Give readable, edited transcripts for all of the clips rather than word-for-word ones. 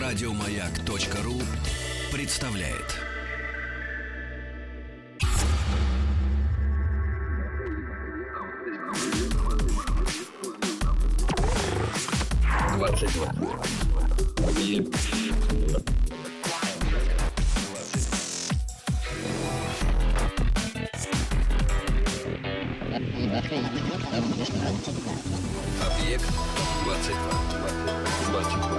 Радиомаяк.ру представляет. Объект 22.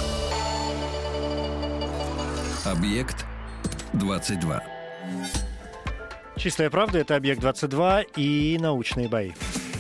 Объект 22. Чистая правда — это «Объект 22» и научные бои.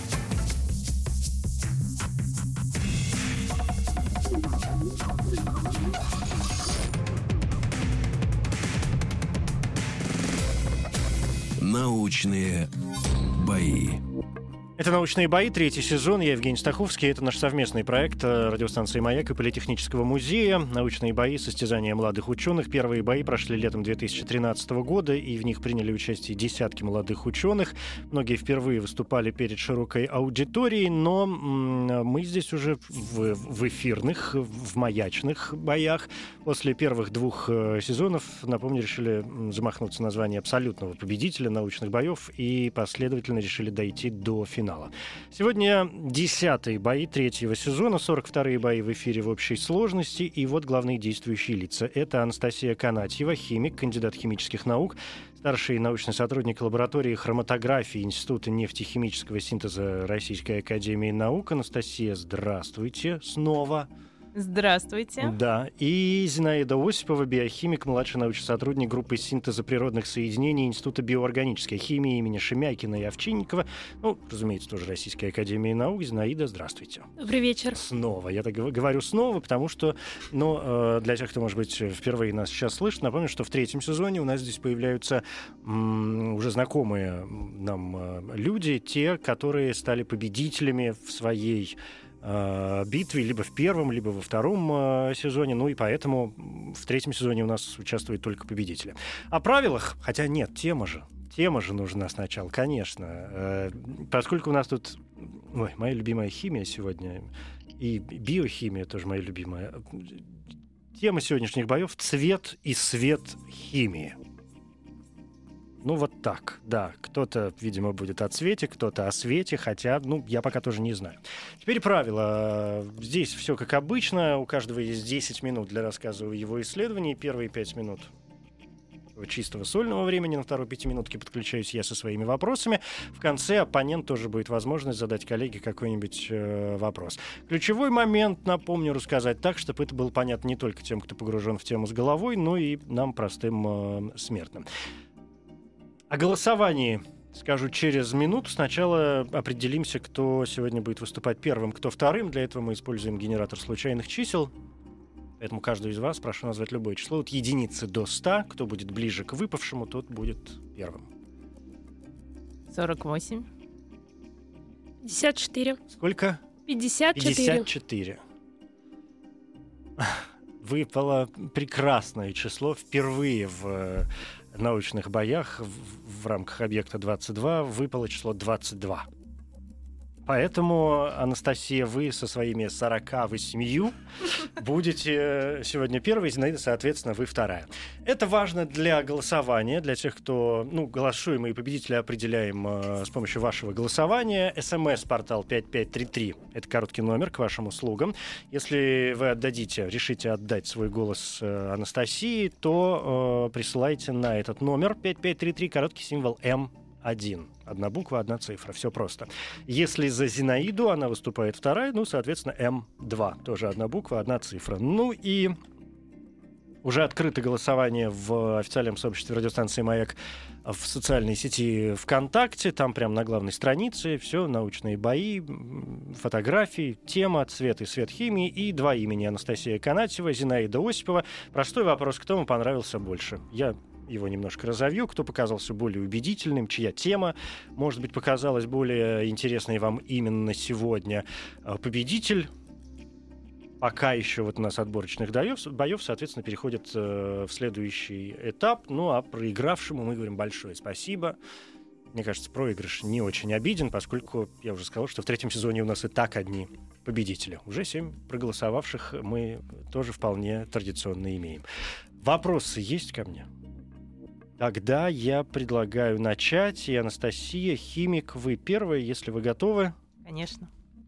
Научные бои. Это «Научные бои», третий сезон. Я Евгений Стаховский. Это наш совместный проект радиостанции «Маяк» и Политехнического музея. «Научные бои», состязания молодых ученых. Первые бои прошли летом 2013 года, и в них приняли участие десятки молодых ученых. Многие впервые выступали перед широкой аудиторией, но мы здесь уже в эфирных, в маячных боях. После первых двух сезонов, напомню, решили замахнуться на звание абсолютного победителя научных боев и последовательно решили дойти до финала. Сегодня 10-е бои третьего сезона, 42-е бои в эфире в общей сложности. И вот главные действующие лица. Это Анастасия Канатьева, химик, кандидат химических наук, старший научный сотрудник лаборатории хроматографии Института нефтехимического синтеза Российской академии наук. Анастасия, здравствуйте снова. Здравствуйте. Да, и Зинаида Осипова, биохимик, младший научный сотрудник группы синтеза природных соединений Института биоорганической химии имени Шемякина и Овчинникова. Ну, разумеется, тоже Российской академии наук. Зинаида, здравствуйте. Добрый вечер. Снова. Я так говорю снова, потому что, для тех, кто, может быть, впервые нас сейчас слышит, напомню, что в третьем сезоне у нас здесь появляются уже знакомые нам люди, те, которые стали победителями в своей битве либо в первом, либо во втором сезоне. Ну и поэтому в третьем сезоне у нас участвуют только победители. О правилах, хотя нет, тема же нужна сначала, конечно. Поскольку у нас тут моя любимая химия сегодня, и биохимия тоже моя любимая. Тема сегодняшних боев — цвет и свет химии. Ну, вот так, да. Кто-то, видимо, будет о цвете, кто-то о свете, хотя, я пока тоже не знаю. Теперь правила. Здесь все как обычно. У каждого есть 10 минут для рассказа о его исследовании. Первые 5 минут чистого сольного времени. На второй 5 минутке подключаюсь я со своими вопросами. В конце оппонент тоже будет возможность задать коллеге какой-нибудь вопрос. Ключевой момент, напомню, рассказать так, чтобы это было понятно не только тем, кто погружен в тему с головой, но и нам, простым смертным. О голосовании скажу через минуту. Сначала определимся, кто сегодня будет выступать первым, кто вторым. Для этого мы используем генератор случайных чисел. Поэтому каждого из вас прошу назвать любое число от единицы до 100. Кто будет ближе к выпавшему, тот будет первым. 48. 54. Сколько? 54. 54. Выпало прекрасное число. Впервые в научных боях в рамках объекта 22 выпало число 22. Поэтому, Анастасия, вы со своими 48 будете сегодня первой, Зинаида, соответственно, вы вторая. Это важно для голосования, для тех, кто... голосуемые победители определяем с помощью вашего голосования. СМС-портал 5533. Это короткий номер к вашим услугам. Если вы решите отдать свой голос Анастасии, то присылайте на этот номер 5533 короткий символ М1. Одна буква, одна цифра. Все просто. Если за Зинаиду, она выступает вторая, соответственно, М2. Тоже одна буква, одна цифра. И уже открыто голосование в официальном сообществе радиостанции «Маяк» в социальной сети ВКонтакте. Там прямо на главной странице все научные бои, фотографии, тема, цвет и свет химии и два имени: Анастасия Канатьева, Зинаида Осипова. Простой вопрос: кто вам понравился больше? Я его немножко разовью, кто показался более убедительным, чья тема, может быть, показалась более интересной вам именно сегодня. Победитель пока еще у нас отборочных боев, соответственно, переходит в следующий этап. А проигравшему мы говорим большое спасибо. мне кажется, проигрыш не очень обиден, поскольку я уже сказал, что в третьем сезоне у нас и так одни победители. Уже 7 проголосовавших мы тоже вполне традиционно имеем. Вопросы есть ко мне? Тогда я предлагаю начать. И Анастасия, химик, вы первая, если вы готовы. Конечно.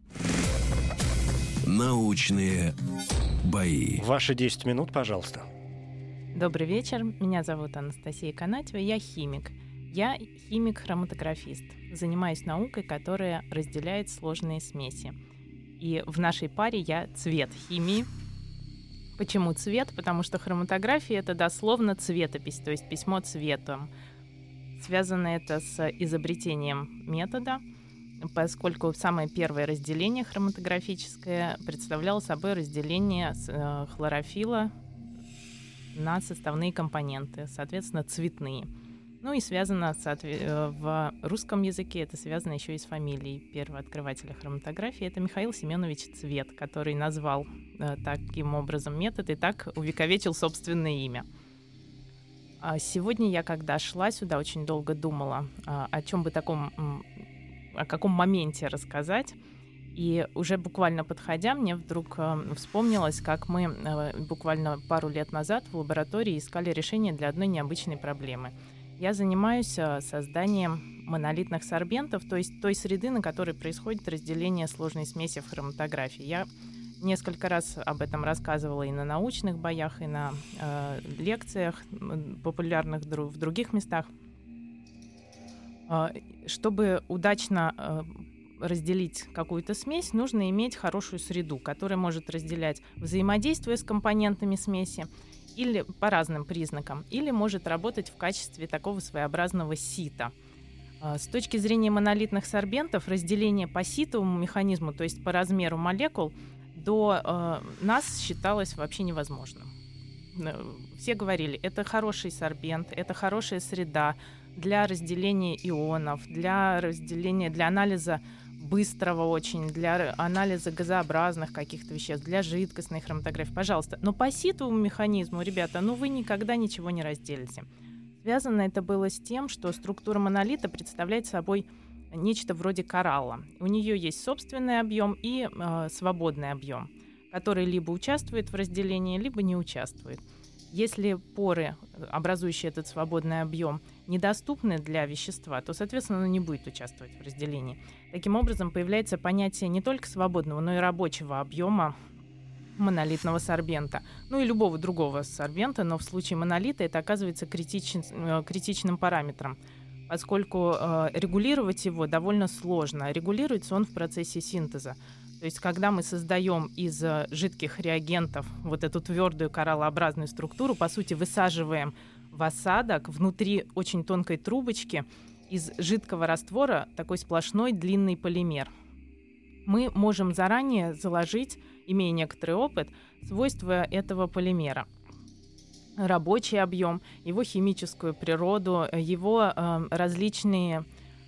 Научные бои. Ваши 10 минут, пожалуйста. Добрый вечер. Меня зовут Анастасия Канатьева. Я химик. Я химик-хроматографист. Занимаюсь наукой, которая разделяет сложные смеси. И в нашей паре я цвет химии. Почему цвет? Потому что хроматография — это дословно цветопись, то есть письмо цветом. Связано это с изобретением метода, поскольку самое первое разделение хроматографическое представляло собой разделение хлорофилла на составные компоненты, соответственно, цветные. Ну и связано в русском языке, это связано еще и с фамилией первого открывателя хроматографии. Это Михаил Семенович Цвет, который назвал таким образом метод и так увековечил собственное имя. Сегодня я, когда шла сюда, очень долго думала, о каком моменте рассказать. И уже буквально подходя, мне вдруг вспомнилось, как мы буквально пару лет назад в лаборатории искали решение для одной необычной проблемы. Я занимаюсь созданием монолитных сорбентов, то есть той среды, на которой происходит разделение сложной смеси в хроматографии. Я несколько раз об этом рассказывала и на научных боях, и на лекциях популярных в других местах. Чтобы удачно разделить какую-то смесь, нужно иметь хорошую среду, которая может разделять взаимодействие с компонентами смеси, или по разным признакам, или может работать в качестве такого своеобразного сита. С точки зрения монолитных сорбентов, разделение по ситовому механизму, то есть по размеру молекул, до нас считалось вообще невозможным. Все говорили, это хороший сорбент, это хорошая среда для разделения ионов, для анализа быстрого очень, для анализа газообразных каких-то веществ, для жидкостной хроматографии, пожалуйста. Но по ситовому механизму, ребята, вы никогда ничего не разделите. Связано это было с тем, что структура монолита представляет собой нечто вроде коралла. У нее есть собственный объем и свободный объем, который либо участвует в разделении, либо не участвует. Если поры, образующие этот свободный объем, недоступны для вещества, то, соответственно, оно не будет участвовать в разделении. Таким образом, появляется понятие не только свободного, но и рабочего объема монолитного сорбента. И любого другого сорбента, но в случае монолита это оказывается критичным параметром, поскольку регулировать его довольно сложно. Регулируется он в процессе синтеза. То есть, когда мы создаем из жидких реагентов вот эту твердую кораллообразную структуру, по сути, высаживаем в осадок внутри очень тонкой трубочки из жидкого раствора такой сплошной длинный полимер. Мы можем заранее заложить, имея некоторый опыт, свойства этого полимера. Рабочий объем, его химическую природу, его различные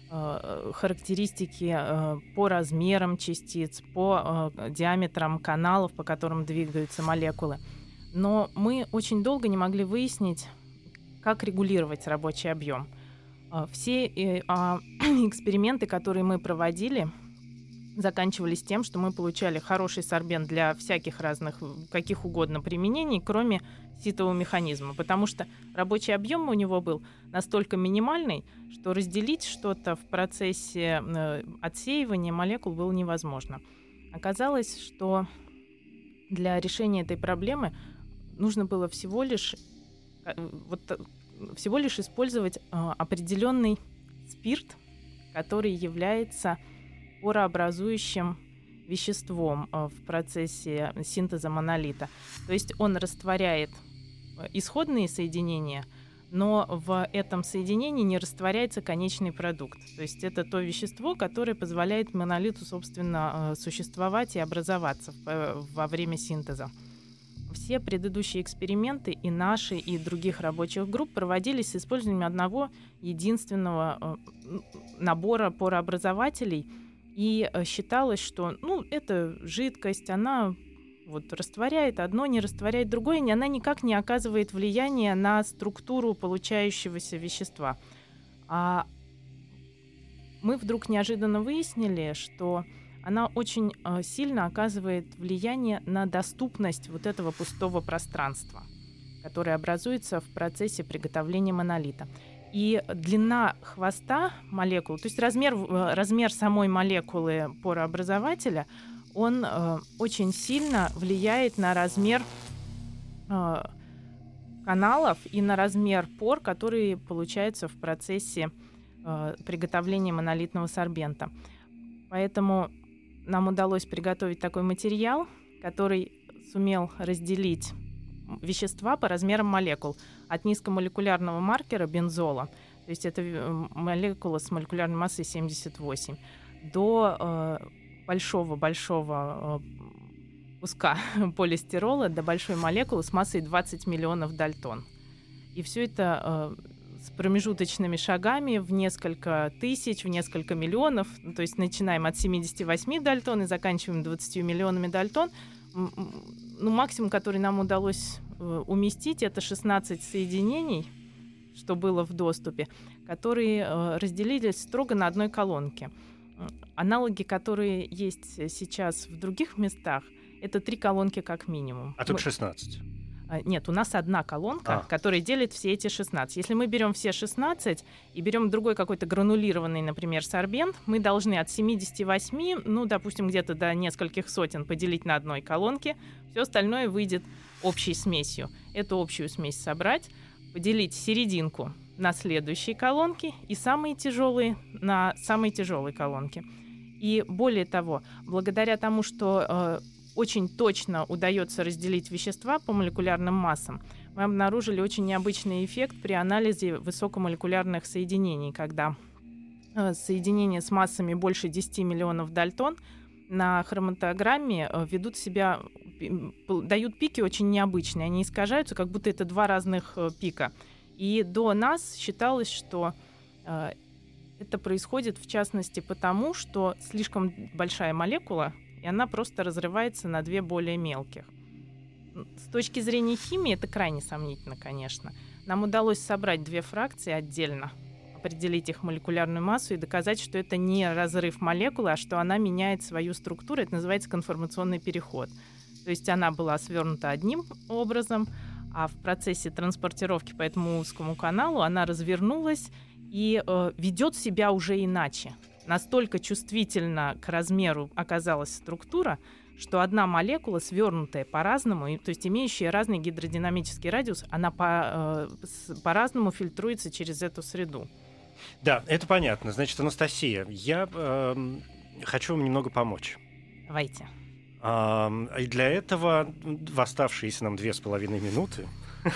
характеристики по размерам частиц, по диаметрам каналов, по которым двигаются молекулы. Но мы очень долго не могли выяснить, как регулировать рабочий объем. Все эксперименты, которые мы проводили, заканчивались тем, что мы получали хороший сорбент для всяких разных, каких угодно применений, кроме ситового механизма, потому что рабочий объем у него был настолько минимальный, что разделить что-то в процессе отсеивания молекул было невозможно. Оказалось, что для решения этой проблемы нужно было всего лишь использовать определенный спирт, который является порообразующим веществом в процессе синтеза монолита. То есть он растворяет исходные соединения, но в этом соединении не растворяется конечный продукт. То есть это то вещество, которое позволяет монолиту, собственно, существовать и образоваться во время синтеза. Все предыдущие эксперименты и наши, и других рабочих групп проводились с использованием одного единственного набора порообразователей, и считалось, что эта жидкость, она растворяет одно, не растворяет другое, и она никак не оказывает влияния на структуру получающегося вещества. А мы вдруг неожиданно выяснили, что она очень сильно оказывает влияние на доступность вот этого пустого пространства, которое образуется в процессе приготовления монолита. И длина хвоста молекул, то есть размер самой молекулы порообразователя, он очень сильно влияет на размер каналов и на размер пор, которые получаются в процессе приготовления монолитного сорбента. Поэтому нам удалось приготовить такой материал, который сумел разделить вещества по размерам молекул. От низкомолекулярного маркера бензола, то есть это молекула с молекулярной массой 78, до большого куска полистирола, до большой молекулы с массой 20 миллионов дальтон. И все это с промежуточными шагами в несколько тысяч, в несколько миллионов. То есть начинаем от 78 дальтон и заканчиваем 20 миллионами дальтон. Максимум, который нам удалось уместить, это 16 соединений, что было в доступе, которые разделились строго на одной колонке. Аналоги, которые есть сейчас в других местах, это 3 колонки как минимум. А тут 16? Нет, у нас одна колонка, которая делит все эти 16. Если мы берем все 16 и берем другой какой-то гранулированный, например, сорбент, мы должны от 78, допустим, где-то до нескольких сотен поделить на одной колонке. Все остальное выйдет общей смесью. Эту общую смесь собрать, поделить серединку на следующие колонки и самые тяжелые на самые тяжелые колонки. И более того, благодаря тому, что очень точно удается разделить вещества по молекулярным массам, мы обнаружили очень необычный эффект при анализе высокомолекулярных соединений, когда соединения с массами больше 10 миллионов дальтон на хроматограмме дают пики очень необычные. Они искажаются, как будто это 2 разных пика. И до нас считалось, что это происходит, в частности, потому, что слишком большая молекула, и она просто разрывается на 2 более мелких. С точки зрения химии это крайне сомнительно, конечно. Нам удалось собрать 2 фракции отдельно, определить их молекулярную массу и доказать, что это не разрыв молекулы, а что она меняет свою структуру. Это называется конформационный переход. То есть она была свернута одним образом, а в процессе транспортировки по этому узкому каналу она развернулась и ведет себя уже иначе. Настолько чувствительно к размеру оказалась структура, что одна молекула, свернутая по-разному, то есть имеющая разный гидродинамический радиус, она по-разному фильтруется через эту среду. Да, это понятно. Значит, Анастасия, я хочу вам немного помочь. Давайте. И для этого в оставшиеся нам 2,5 минуты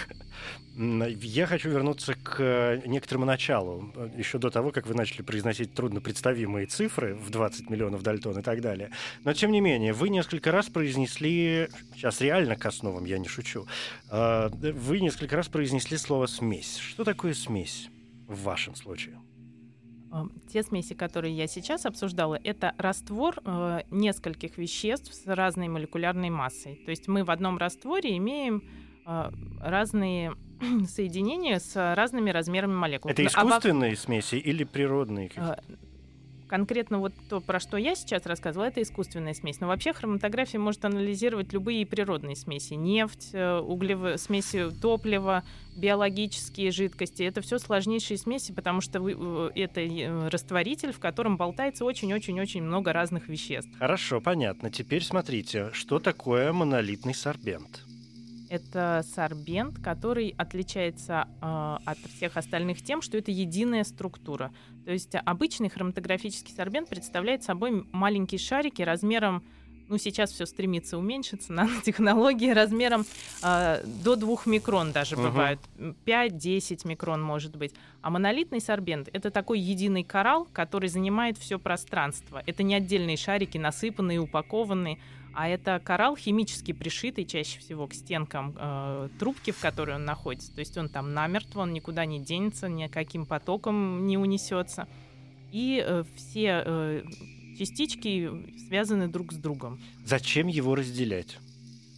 я хочу вернуться к некоторому началу, еще до того, как вы начали произносить труднопредставимые цифры в 20 миллионов дальтон и так далее. Но, тем не менее, вы несколько раз произнесли, сейчас реально к основам, я не шучу, вы несколько раз произнесли слово «смесь». Что такое смесь в вашем случае? Те смеси, которые я сейчас обсуждала, это раствор нескольких веществ с разной молекулярной массой. То есть мы в одном растворе имеем разные соединения с разными размерами молекул. Это искусственные смеси или природные? Конкретно вот то, про что я сейчас рассказывала, это искусственная смесь. Но вообще хроматография может анализировать любые природные смеси. Нефть, смеси топлива, биологические жидкости. Это все сложнейшие смеси, потому что это растворитель, в котором болтается очень-очень-очень много разных веществ. Хорошо, понятно. Теперь смотрите, что такое монолитный сорбент? Это сорбент, который отличается от всех остальных тем, что это единая структура. То есть обычный хроматографический сорбент представляет собой маленькие шарики размером, сейчас все стремится уменьшиться, нанотехнологии, размером до 2 микрон даже бывают, 5-10 микрон может быть. А монолитный сорбент — это такой единый коралл, который занимает все пространство. Это не отдельные шарики, насыпанные, упакованные, а это коралл, химически пришитый чаще всего к стенкам трубки, в которой он находится. То есть он там намертво, он никуда не денется, никаким потоком не унесется. И все частички связаны друг с другом. Зачем его разделять?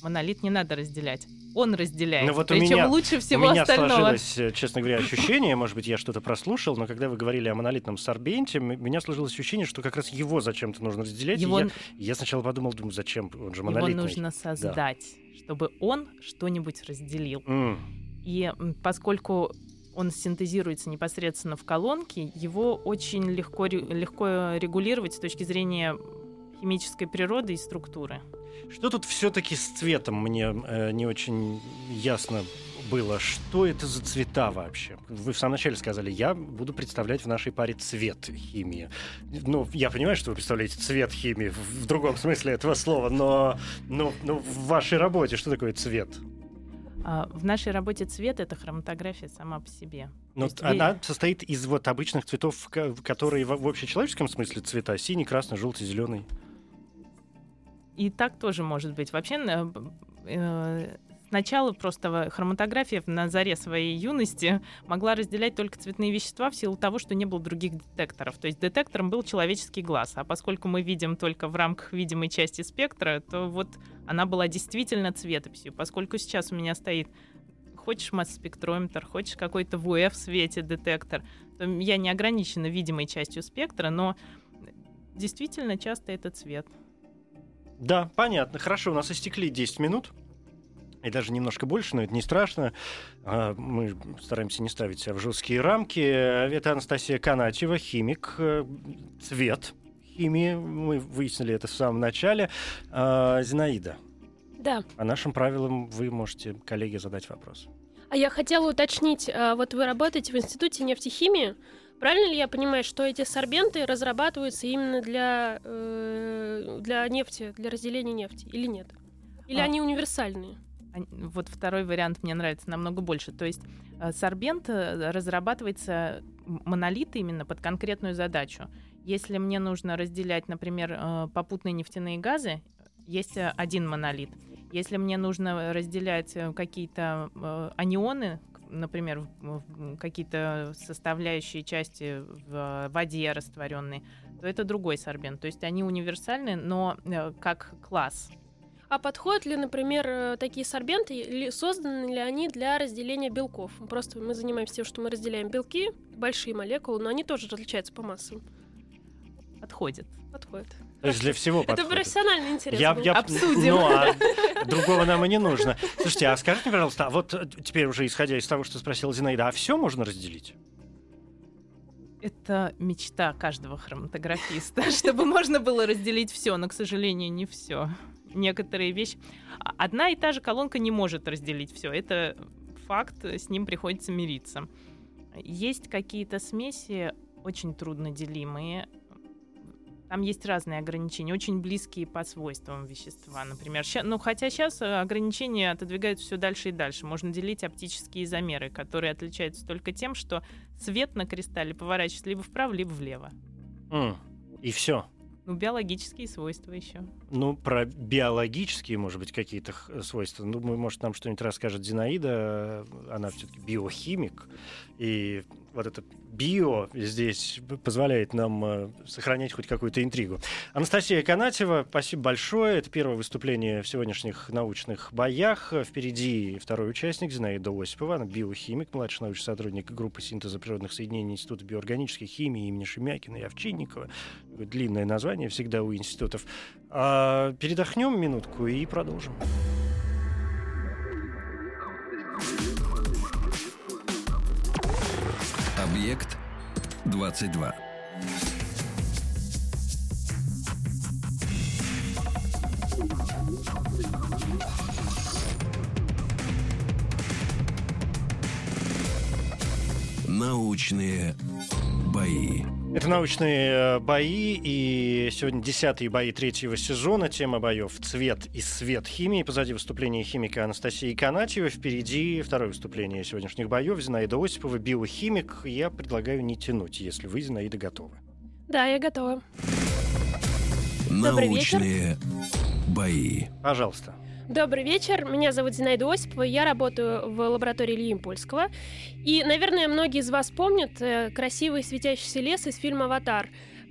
монолит не надо разделять. Он разделяет. Но вот причем лучше всего остального. У меня сложилось, честно говоря, ощущение, может быть, я что-то прослушал, но когда вы говорили о монолитном сорбенте, у меня сложилось ощущение, что как раз его зачем-то нужно разделять. Я сначала подумал, зачем? Он же монолитный. Его нужно создать, чтобы он что-нибудь разделил. И поскольку он синтезируется непосредственно в колонке, его очень легко регулировать с точки зрения химической природы и структуры. Что тут все-таки с цветом мне не очень ясно было. Что это за цвета вообще? Вы в самом начале сказали, я буду представлять в нашей паре цвет химии. Ну, я понимаю, что вы представляете цвет химии в другом смысле этого слова, но в вашей работе что такое цвет? В нашей работе цвет — это хроматография сама по себе. Но она состоит из вот обычных цветов, которые в общечеловеческом смысле цвета: синий, красный, желтый, зеленый. И так тоже может быть. Вообще, сначала просто хроматография на заре своей юности могла разделять только цветные вещества в силу того, что не было других детекторов. То есть детектором был человеческий глаз. А поскольку мы видим только в рамках видимой части спектра, то вот она была действительно цветописью. Поскольку сейчас у меня стоит, хочешь масс-спектрометр, хочешь какой-то ВУЭФ в свете детектор, то я не ограничена видимой частью спектра, но действительно часто это цвет. Да, понятно. Хорошо, у нас истекли 10 минут. И даже немножко больше, но это не страшно. Мы стараемся не ставить себя в жесткие рамки. Это Анастасия Канатьева, химик, цвет химии. Мы выяснили это в самом начале. Зинаида. Да. По нашим правилам вы можете коллеге задать вопрос. А я хотела уточнить, вот вы работаете в Институте нефтехимии. Правильно ли я понимаю, что эти сорбенты разрабатываются именно для нефти, для разделения нефти, или нет? Или они универсальные? Вот второй вариант мне нравится намного больше. То есть сорбент разрабатывается, монолит именно под конкретную задачу. Если мне нужно разделять, например, попутные нефтяные газы, есть один монолит. Если мне нужно разделять какие-то анионы, например, какие-то составляющие части в воде растворенные, то это другой сорбент. То есть они универсальны, но как класс. А подходят ли, например, такие сорбенты, созданы ли они для разделения белков? Просто мы занимаемся тем, что мы разделяем белки, большие молекулы, но они тоже различаются по массам. Подходит. То есть для всего подходит. Это профессиональный интерес. Обсудим. Другого нам и не нужно. Слушайте, а скажите, пожалуйста, вот теперь уже исходя из того, что спросила Зинаида, а все можно разделить? Это мечта каждого хроматографиста, чтобы можно было разделить все, но, к сожалению, не все. Некоторые вещи... Одна и та же колонка не может разделить все. Это факт, с ним приходится мириться. Есть какие-то смеси очень трудноделимые. Там есть разные ограничения, очень близкие по свойствам вещества, например. Хотя сейчас ограничения отодвигаются все дальше и дальше. Можно делить оптические изомеры, которые отличаются только тем, что свет на кристалле поворачивается либо вправо, либо влево. И все. Биологические свойства еще. Про биологические, может быть, какие-то свойства. Может, нам что-нибудь расскажет Зинаида. Она все-таки биохимик. И вот это био здесь позволяет нам сохранять хоть какую-то интригу. Анастасия Канатьева, спасибо большое. Это первое выступление в сегодняшних научных боях. Впереди второй участник, Зинаида Осипова. Она биохимик, младший научный сотрудник группы синтеза природных соединений Института биоорганической химии имени Шемякина и Овчинникова. Длинное название всегда у институтов. Передохнем минутку и продолжим. Объект 22. Научные бои. Это научные бои, и сегодня 10-е бои 3-го сезона. Тема боев «Цвет и свет химии». Позади выступления химика Анастасии Канатьевой. Впереди второе выступление сегодняшних боев. Зинаида Осипова, биохимик. Я предлагаю не тянуть, если вы, Зинаида, готовы. Да, я готова. Научные бои. Пожалуйста. Добрый вечер, меня зовут Зинаида Осипова, я работаю в лаборатории Ильи Импольского. И, наверное, многие из вас помнят красивый светящийся лес из фильма «Аватар».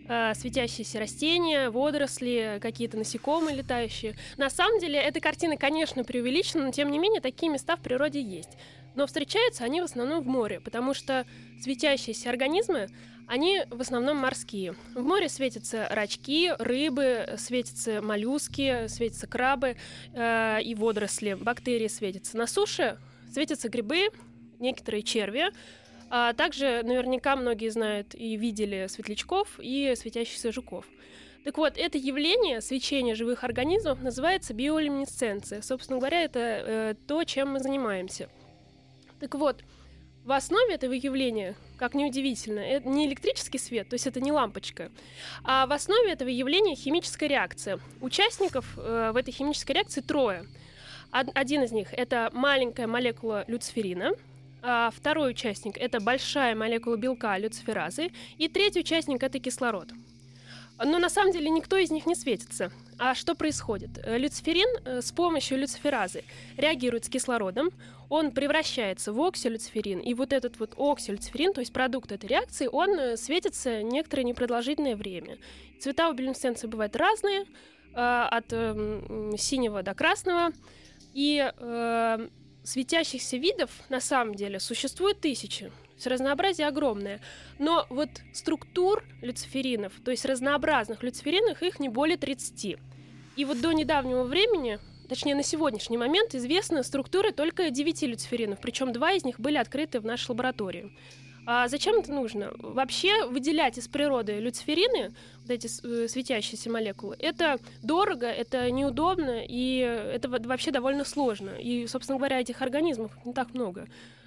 светящиеся растения, водоросли, какие-то насекомые летающие. На самом деле, эта картина, конечно, преувеличена, но тем не менее такие места в природе есть. Но встречаются они в основном в море, потому что светящиеся организмы, они в основном морские. В море светятся рачки, рыбы, светятся моллюски, светятся крабы и водоросли, бактерии светятся. На суше светятся грибы, некоторые черви. А также наверняка многие знают и видели светлячков и светящихся жуков. Так вот, это явление свечения живых организмов называется биолюминесценция. Собственно говоря, это то, чем мы занимаемся. Так вот, в основе этого явления, как ни удивительно, это не электрический свет, то есть это не лампочка, а в основе этого явления химическая реакция. Участников в этой химической реакции трое. Один из них — это маленькая молекула люциферина, а второй участник — это большая молекула белка люциферазы, и третий участник — это кислород. Но на самом деле никто из них не светится. А что происходит? Люциферин с помощью люциферазы реагирует с кислородом, он превращается в оксилюциферин, и вот этот вот оксилюциферин, то есть продукт этой реакции, он светится некоторое непродолжительное время. Цвета у биолюминесценции бывают разные, от синего до красного, и светящихся видов на самом деле существует тысячи. То есть разнообразие огромное. Но вот структур люциферинов, то есть разнообразных люциферинов, их не более 30. И вот до недавнего времени, точнее на сегодняшний момент, известны структуры только 9 люциферинов, причем 2 из них были открыты в нашей лаборатории. А зачем это нужно? Вообще выделять из природы люциферины, вот эти светящиеся молекулы, это дорого, это неудобно, и это вообще довольно сложно. И, собственно говоря, этих организмов не так много.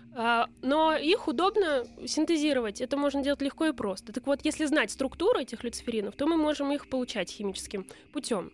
Но их удобно синтезировать, это можно делать легко и просто. Так вот, если знать структуру этих люциферинов, то мы можем их получать химическим путем.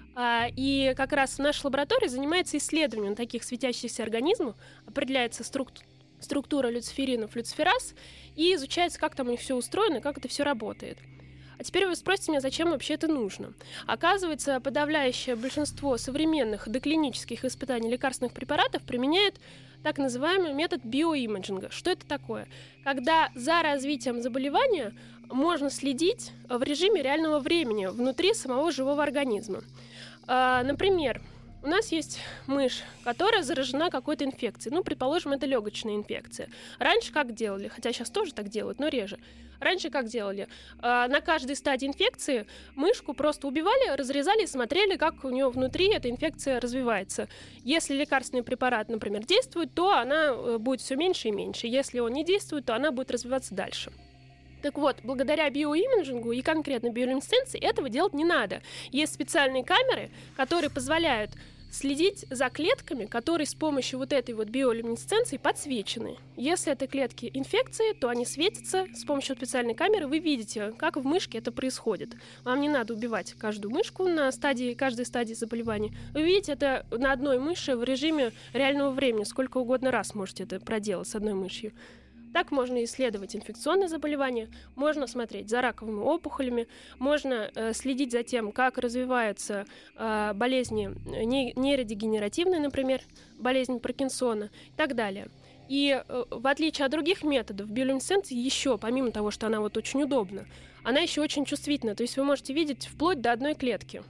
И как раз наша лаборатория занимается исследованием таких светящихся организмов, определяется структура люциферинов, люцифераз, и изучается, как там у них все устроено, как это все работает. А теперь вы спросите меня, зачем вообще это нужно? Оказывается, подавляющее большинство современных доклинических испытаний лекарственных препаратов применяет так называемый метод биоимиджинга. Что это такое? Когда за развитием заболевания можно следить в режиме реального времени внутри самого живого организма. Например, у нас есть мышь, которая заражена какой-то инфекцией. Ну, предположим, это легочная инфекция. Раньше как делали? Хотя сейчас тоже так делают, но реже. Раньше как делали? На каждой стадии инфекции мышку просто убивали, разрезали и смотрели, как у нее внутри эта инфекция развивается. Если лекарственный препарат, например, действует, то она будет все меньше и меньше. Если он не действует, то она будет развиваться дальше. Так вот, благодаря биоимиджингу и конкретно биолюминесценции этого делать не надо. Есть специальные камеры, которые позволяют следить за клетками, которые с помощью вот этой вот биолюминесценции подсвечены. Если это клетки инфекции, то они светятся с помощью специальной камеры. Вы видите, как в мышке это происходит. Вам не надо убивать каждую мышку на каждой стадии заболевания. Вы видите это на одной мыши в режиме реального времени. Сколько угодно раз можете это проделать с одной мышью. Так можно исследовать инфекционные заболевания, можно смотреть за раковыми опухолями, можно следить за тем, как развиваются болезни нейродегенеративные, например, болезнь Паркинсона и так далее. И в отличие от других методов, биолюминесценция еще, помимо того, что она вот очень удобна, она еще очень чувствительна. То есть вы можете видеть вплоть до одной клетки.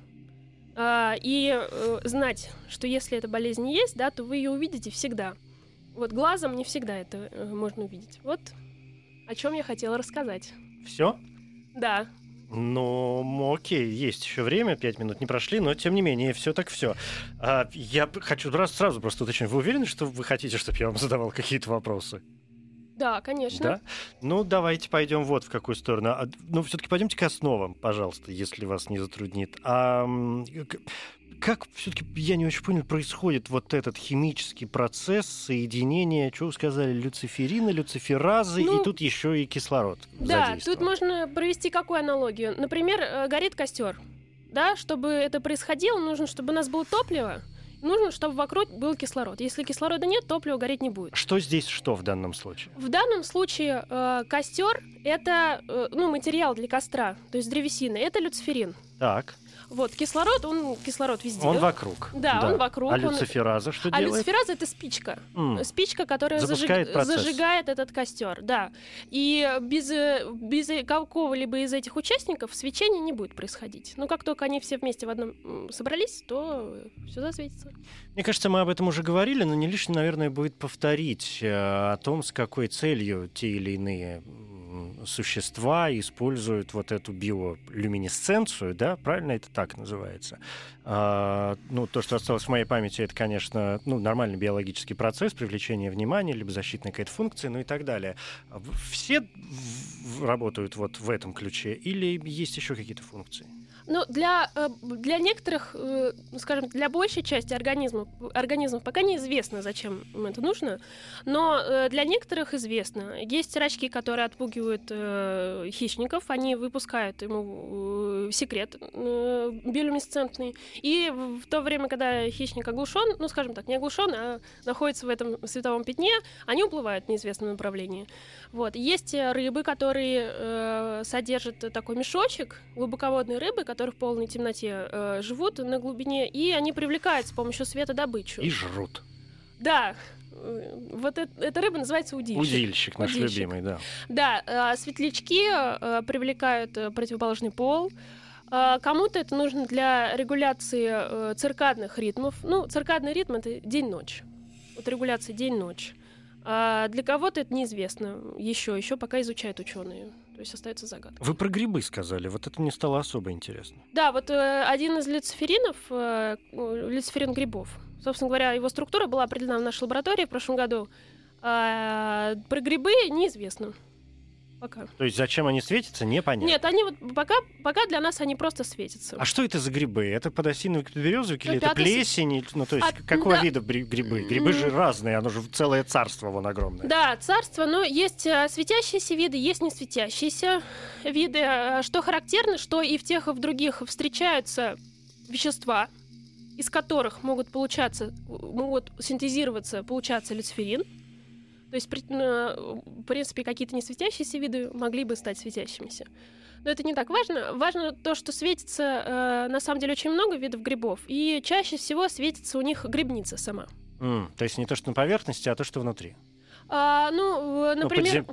И знать, что если эта болезнь есть, да, то вы ее увидите всегда. Вот глазом не всегда это можно увидеть. Вот о чем я хотела рассказать. Все? Да. Ну, окей, есть еще время, 5 минут не прошли, но тем не менее, все так все. Я хочу сразу просто уточнить. Вы уверены, что вы хотите, чтобы я вам задавал какие-то вопросы? Да, конечно. Да? Ну, давайте пойдем вот в какую сторону. Ну, все-таки пойдемте к основам, пожалуйста, если вас не затруднит. Как все-таки, я не очень понял, происходит вот этот химический процесс соединения, что вы сказали, люциферина, люциферазы, и тут еще и кислород задействован. Да, тут можно провести какую аналогию? Например, горит костер. Да, чтобы это происходило, нужно, чтобы у нас было топливо, нужно, чтобы вокруг был кислород. Если кислорода нет, топливо гореть не будет. Что здесь что в данном случае? В данном случае костер — это материал для костра, то есть древесина, это люциферин. Так. Вот, кислород везде. Он вокруг. Да, он вокруг. А люцифераза что делает? Люцифераза — это спичка. Спичка, которая зажигает этот костер, да. И без какого-либо из этих участников свечение не будет происходить. Но как только они все вместе в одном собрались, то все засветится. Мне кажется, мы об этом уже говорили, но не лишним, наверное, будет повторить о том, с какой целью те или иные существа используют вот эту биолюминесценцию, да, правильно это так называется? То, что осталось в моей памяти, это, конечно, нормальный биологический процесс привлечения внимания, либо защитная какая-то функция, и так далее. Все работают вот в этом ключе или есть еще какие-то функции? Для некоторых, скажем, для большей части организмов пока неизвестно, зачем им это нужно, но для некоторых известно. Есть рачки, которые отпугивают хищников, они выпускают ему секрет биолюминесцентный, и в то время, когда хищник оглушен, скажем так, не оглушен, а находится в этом световом пятне, они уплывают в неизвестном направлении. Вот. Есть рыбы, которые содержат такой мешочек, глубоководные рыбы, которые в полной темноте живут на глубине, и они привлекают с помощью света добычу. И жрут. Да. Вот эта рыба называется удильщик. Удильщик, наш любимый, да. Да, светлячки привлекают противоположный пол. Кому-то это нужно для регуляции циркадных ритмов. Циркадный ритм — это день-ночь. Вот регуляция день-ночь. А для кого-то это неизвестно. Еще пока изучают ученые. То есть остается загадкой. Вы про грибы сказали. Вот это мне стало особо интересно. Да, вот один из люциферинов, люциферин грибов, собственно говоря, его структура была определена в нашей лаборатории в прошлом году. Про грибы неизвестно. Пока. То есть зачем они светятся, непонятно. Нет, они вот пока для нас они просто светятся. А что это за грибы? Это подосиновик, подберезовик или это плесень? То есть какого вида грибы? Грибы же разные, оно же целое царство вон огромное. Да, царство, но есть светящиеся виды, есть не светящиеся виды. Что характерно, что и в тех, и в других встречаются вещества, из которых могут синтезироваться, получаться люциферин. То есть, в принципе, какие-то не светящиеся виды могли бы стать светящимися. Но это не так важно. Важно то, что светится, на самом деле, очень много видов грибов. И чаще всего светится у них грибница сама. То есть не то, что на поверхности, а то, что внутри. Например,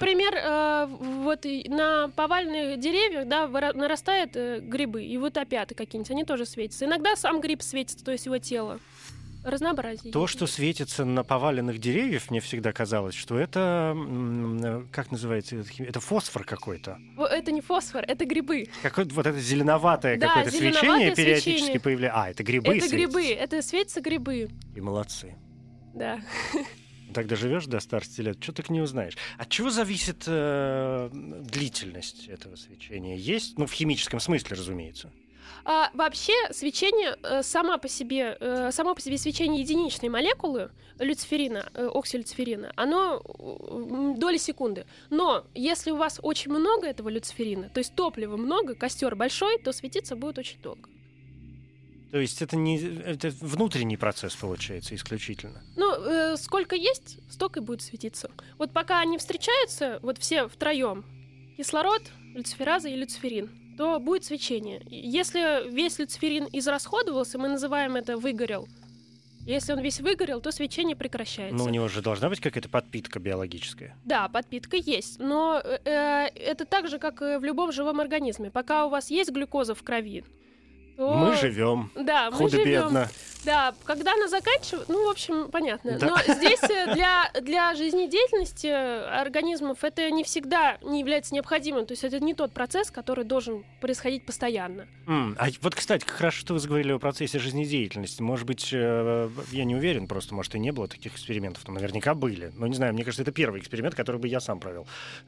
вот на поваленных деревьях, да, нарастают грибы, и вот опята какие-нибудь, они тоже светятся. Иногда сам гриб светится, то есть его тело. Разнообразие. То, что светится на поваленных деревьях, мне всегда казалось, что это, как называется, это фосфор какой-то. Это не фосфор, это грибы. Вот это зеленоватое какое-то свечение периодически появляется. Это грибы светятся. Это грибы, это светятся грибы. И молодцы. Да. Тогда живешь до старости лет, что так не узнаешь. От чего зависит длительность этого свечения? Есть? В химическом смысле, разумеется. Вообще свечение само по себе свечение единичной молекулы люциферина, оксилюциферина, оно доли секунды. Но если у вас очень много этого люциферина, то есть топлива много, костер большой, то светиться будет очень долго. То есть это внутренний процесс получается исключительно? Сколько есть, столько и будет светиться. Вот пока они встречаются, вот все втроем, кислород, люцифераза и люциферин, то будет свечение. Если весь люциферин израсходовался, мы называем это «выгорел». Если он весь выгорел, то свечение прекращается. Но у него же должна быть какая-то подпитка биологическая. Да, подпитка есть. Но это так же, как и в любом живом организме. Пока у вас есть глюкоза в крови, то... Мы живем. Да, худо-бедно. Да, когда она заканчивается, в общем, понятно. Да. Но здесь для жизнедеятельности организмов это не всегда не является необходимым. То есть это не тот процесс, который должен происходить постоянно. А вот, кстати, как хорошо, что вы заговорили о процессе жизнедеятельности. Может быть, я не уверен, просто, может, и не было таких экспериментов. Но наверняка были. Но не знаю, мне кажется, это первый эксперимент, который бы я сам провел.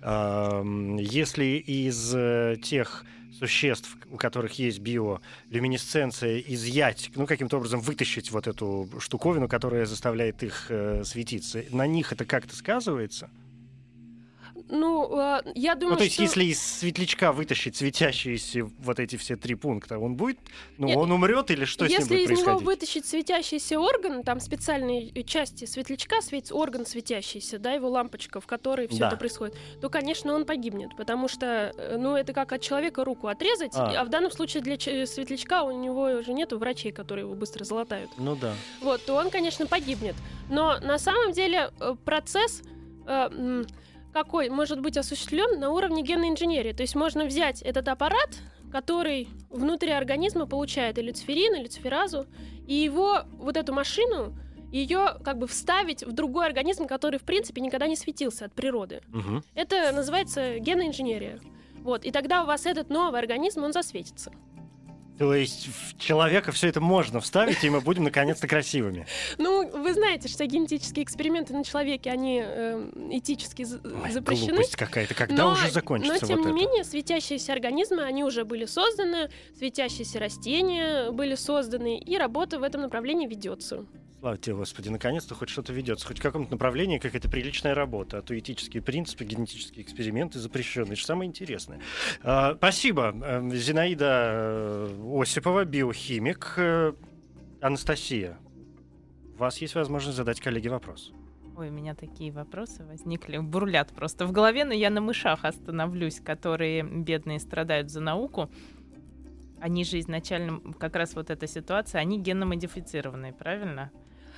Если из тех существ, у которых есть биолюминесценция, изъять, каким-то образом вытащить вот эту штуковину, которая заставляет их светиться. На них это как-то сказывается? Я думаю, то есть, что... если из светлячка вытащить светящиеся вот эти все 3 пункта, он будет, он умрет или что с ним будет происходить? Если из него вытащить светящийся орган, там специальные части светлячка, орган светящийся, да, его лампочка, в которой все это происходит, то, конечно, он погибнет, потому что, это как от человека руку отрезать, а в данном случае для светлячка у него уже нету врачей, которые его быстро залатают. То он, конечно, погибнет. Но на самом деле процесс какой может быть осуществлен на уровне генной инженерии. То есть можно взять этот аппарат, который внутри организма получает и люциферин, и люциферазу, и его, вот эту машину, ее как бы вставить в другой организм, который, в принципе, никогда не светился от природы. Это называется генная инженерия. И тогда у вас этот новый организм, он засветится. То есть в человека все это можно вставить, и мы будем наконец-то красивыми. Вы знаете, что генетические эксперименты на человеке, они этически запрещены. Глупость какая-то. Когда уже закончится но, тем не менее, светящиеся организмы, они уже были созданы, светящиеся растения были созданы, и работа в этом направлении ведется. Слава тебе, Господи, наконец-то хоть что-то ведется, хоть в каком-то направлении какая-то приличная работа, а то этические принципы, генетические эксперименты запрещены. Это же самое интересное. Спасибо. Зинаида Осипова, биохимик. Анастасия, у вас есть возможность задать коллеге вопрос. Ой, у меня такие вопросы возникли, бурлят просто в голове, но я на мышах остановлюсь, которые бедные страдают за науку. Они же изначально, как раз вот эта ситуация, они генно-модифицированные, правильно?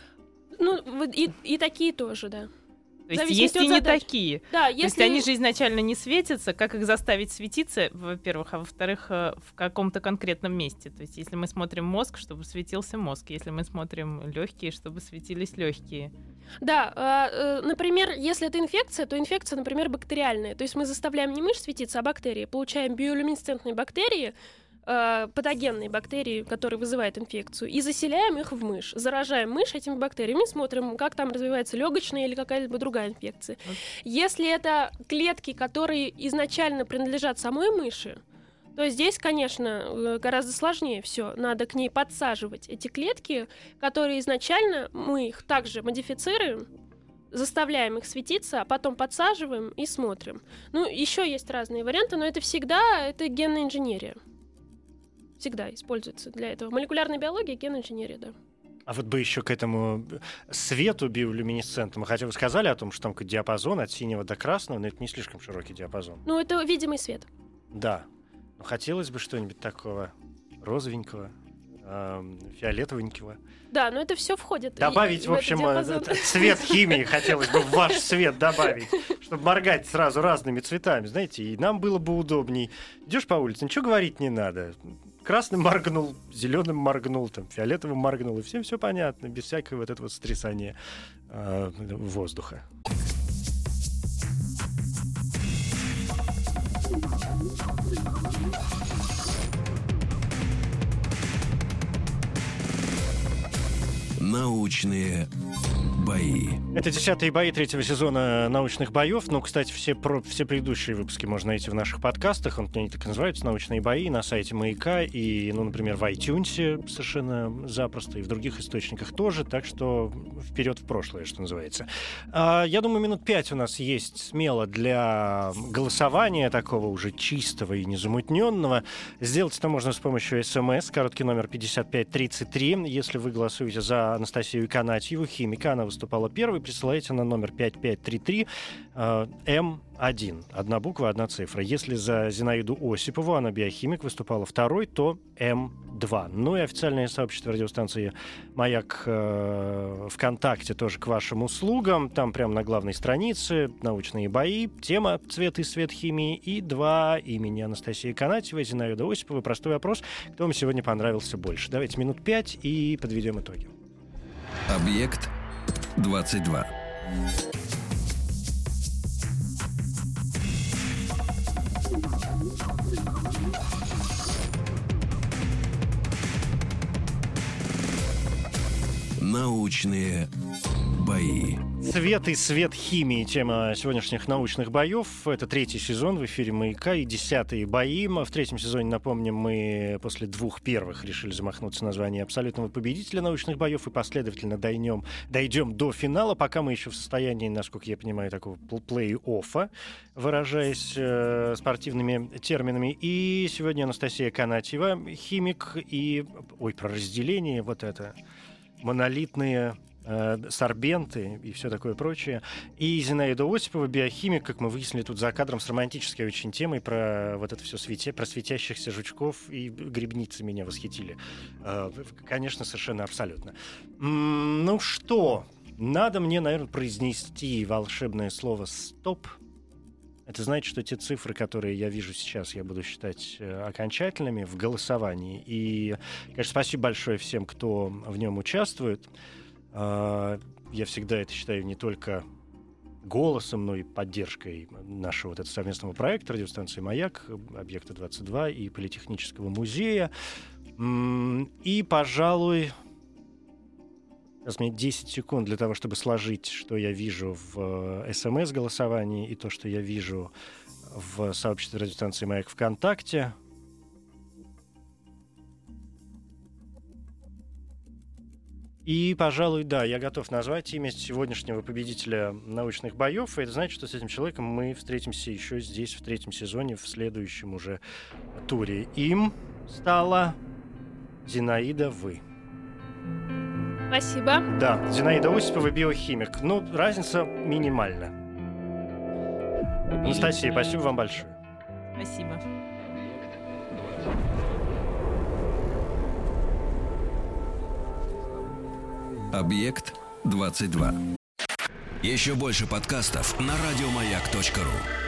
И такие тоже, да. То есть есть и не такие. Да, То есть они же изначально не светятся, как их заставить светиться, во-первых, а во-вторых, в каком-то конкретном месте. То есть если мы смотрим мозг, чтобы светился мозг, если мы смотрим легкие, чтобы светились легкие. Да, например, если это инфекция, то инфекция, например, бактериальная. То есть мы заставляем не мышь светиться, а бактерии. Получаем биолюминесцентные бактерии, патогенные бактерии, которые вызывают инфекцию, и заселяем их в мышь. Заражаем мышь этими бактериями, смотрим, как там развивается легочная или какая-либо другая инфекция. Если это клетки, которые изначально принадлежат самой мыши, то здесь, конечно, гораздо сложнее все. Надо к ней подсаживать эти клетки, которые изначально мы их также модифицируем, заставляем их светиться, а потом подсаживаем и смотрим. Еще есть разные варианты, но это всегда генная инженерия. Всегда используется для этого. Молекулярная биология, генная инженерия, да. А вот бы еще к этому свету биолюминесцентному, хотя вы сказали о том, что там какой-то диапазон от синего до красного, но это не слишком широкий диапазон. Это видимый свет. Да. Но хотелось бы что-нибудь такого розовенького, фиолетовенького. Да, но это все входит. Добавить, в общем, цвет химии хотелось бы в ваш свет добавить, чтобы моргать сразу разными цветами, знаете, и нам было бы удобней. Идешь по улице, ничего говорить не надо. Красным моргнул, зеленым моргнул, фиолетовым моргнул, и всем все понятно, без всякого вот этого сотрясания воздуха. Научные бои. Это 10-е бои 3-го сезона научных боев. Кстати, все предыдущие выпуски можно найти в наших подкастах. Они так и называются, научные бои, на сайте Маяка и, например, в iTunes совершенно запросто, и в других источниках тоже. Так что вперед в прошлое, что называется. Я думаю, минут 5 у нас есть смело для голосования такого уже чистого и незамутненного. Сделать это можно с помощью СМС, короткий номер 5533. Если вы голосуете за Анастасию Иконатьеву, химика, она выступала первой, присылайте на номер 5533 М1. Одна буква, одна цифра. Если за Зинаиду Осипову, она биохимик, выступала второй, то М2. И официальное сообщество радиостанции «Маяк» ВКонтакте тоже к вашим услугам. Там прямо на главной странице научные бои, тема «Цвет и свет химии» и 2 имени: Анастасия Иконатьева, Зинаида Осипова. Простой вопрос: кто вам сегодня понравился больше? Давайте минут 5 и подведем итоги. Объект 22. Научные бои. Цвет и свет химии — тема сегодняшних научных боев. Это 3-й сезон в эфире «Маяка» и 10-е бои. В 3-м сезоне, напомним, мы после 2 первых решили замахнуться на звание абсолютного победителя научных боев и последовательно дойдем до финала, пока мы еще в состоянии, насколько я понимаю, такого плей-оффа, выражаясь спортивными терминами. И сегодня Анастасия Канатьева, химик, и... про разделение вот это. Монолитные сорбенты и все такое прочее. И Зинаида Осипова, биохимик, как мы выяснили тут за кадром, с романтической очень темой про вот это все про светящихся жучков, и грибницы меня восхитили. Конечно, совершенно абсолютно. Ну что, надо мне, наверное, произнести волшебное слово «стоп». Это значит, что те цифры, которые я вижу сейчас, я буду считать окончательными в голосовании. И, конечно, спасибо большое всем, кто в нем участвует. Я всегда это считаю не только голосом, но и поддержкой нашего вот этого совместного проекта радиостанции «Маяк», объекта 22 и Политехнического музея. И, пожалуй, сейчас мне 10 секунд для того, чтобы сложить, что я вижу в СМС-голосовании и то, что я вижу в сообществе радиостанции «Маяк» ВКонтакте. И, пожалуй, да, я готов назвать имя сегодняшнего победителя научных боев. И это значит, что с этим человеком мы встретимся еще здесь, в 3-м сезоне, в следующем уже туре. Им стала Зинаида Вы. Спасибо. Да, Зинаида Осипова, биохимик. Ну, разница минимальна. Анастасия, спасибо вам большое. Спасибо. Объект 22. Еще больше подкастов на радиомаяк.ру.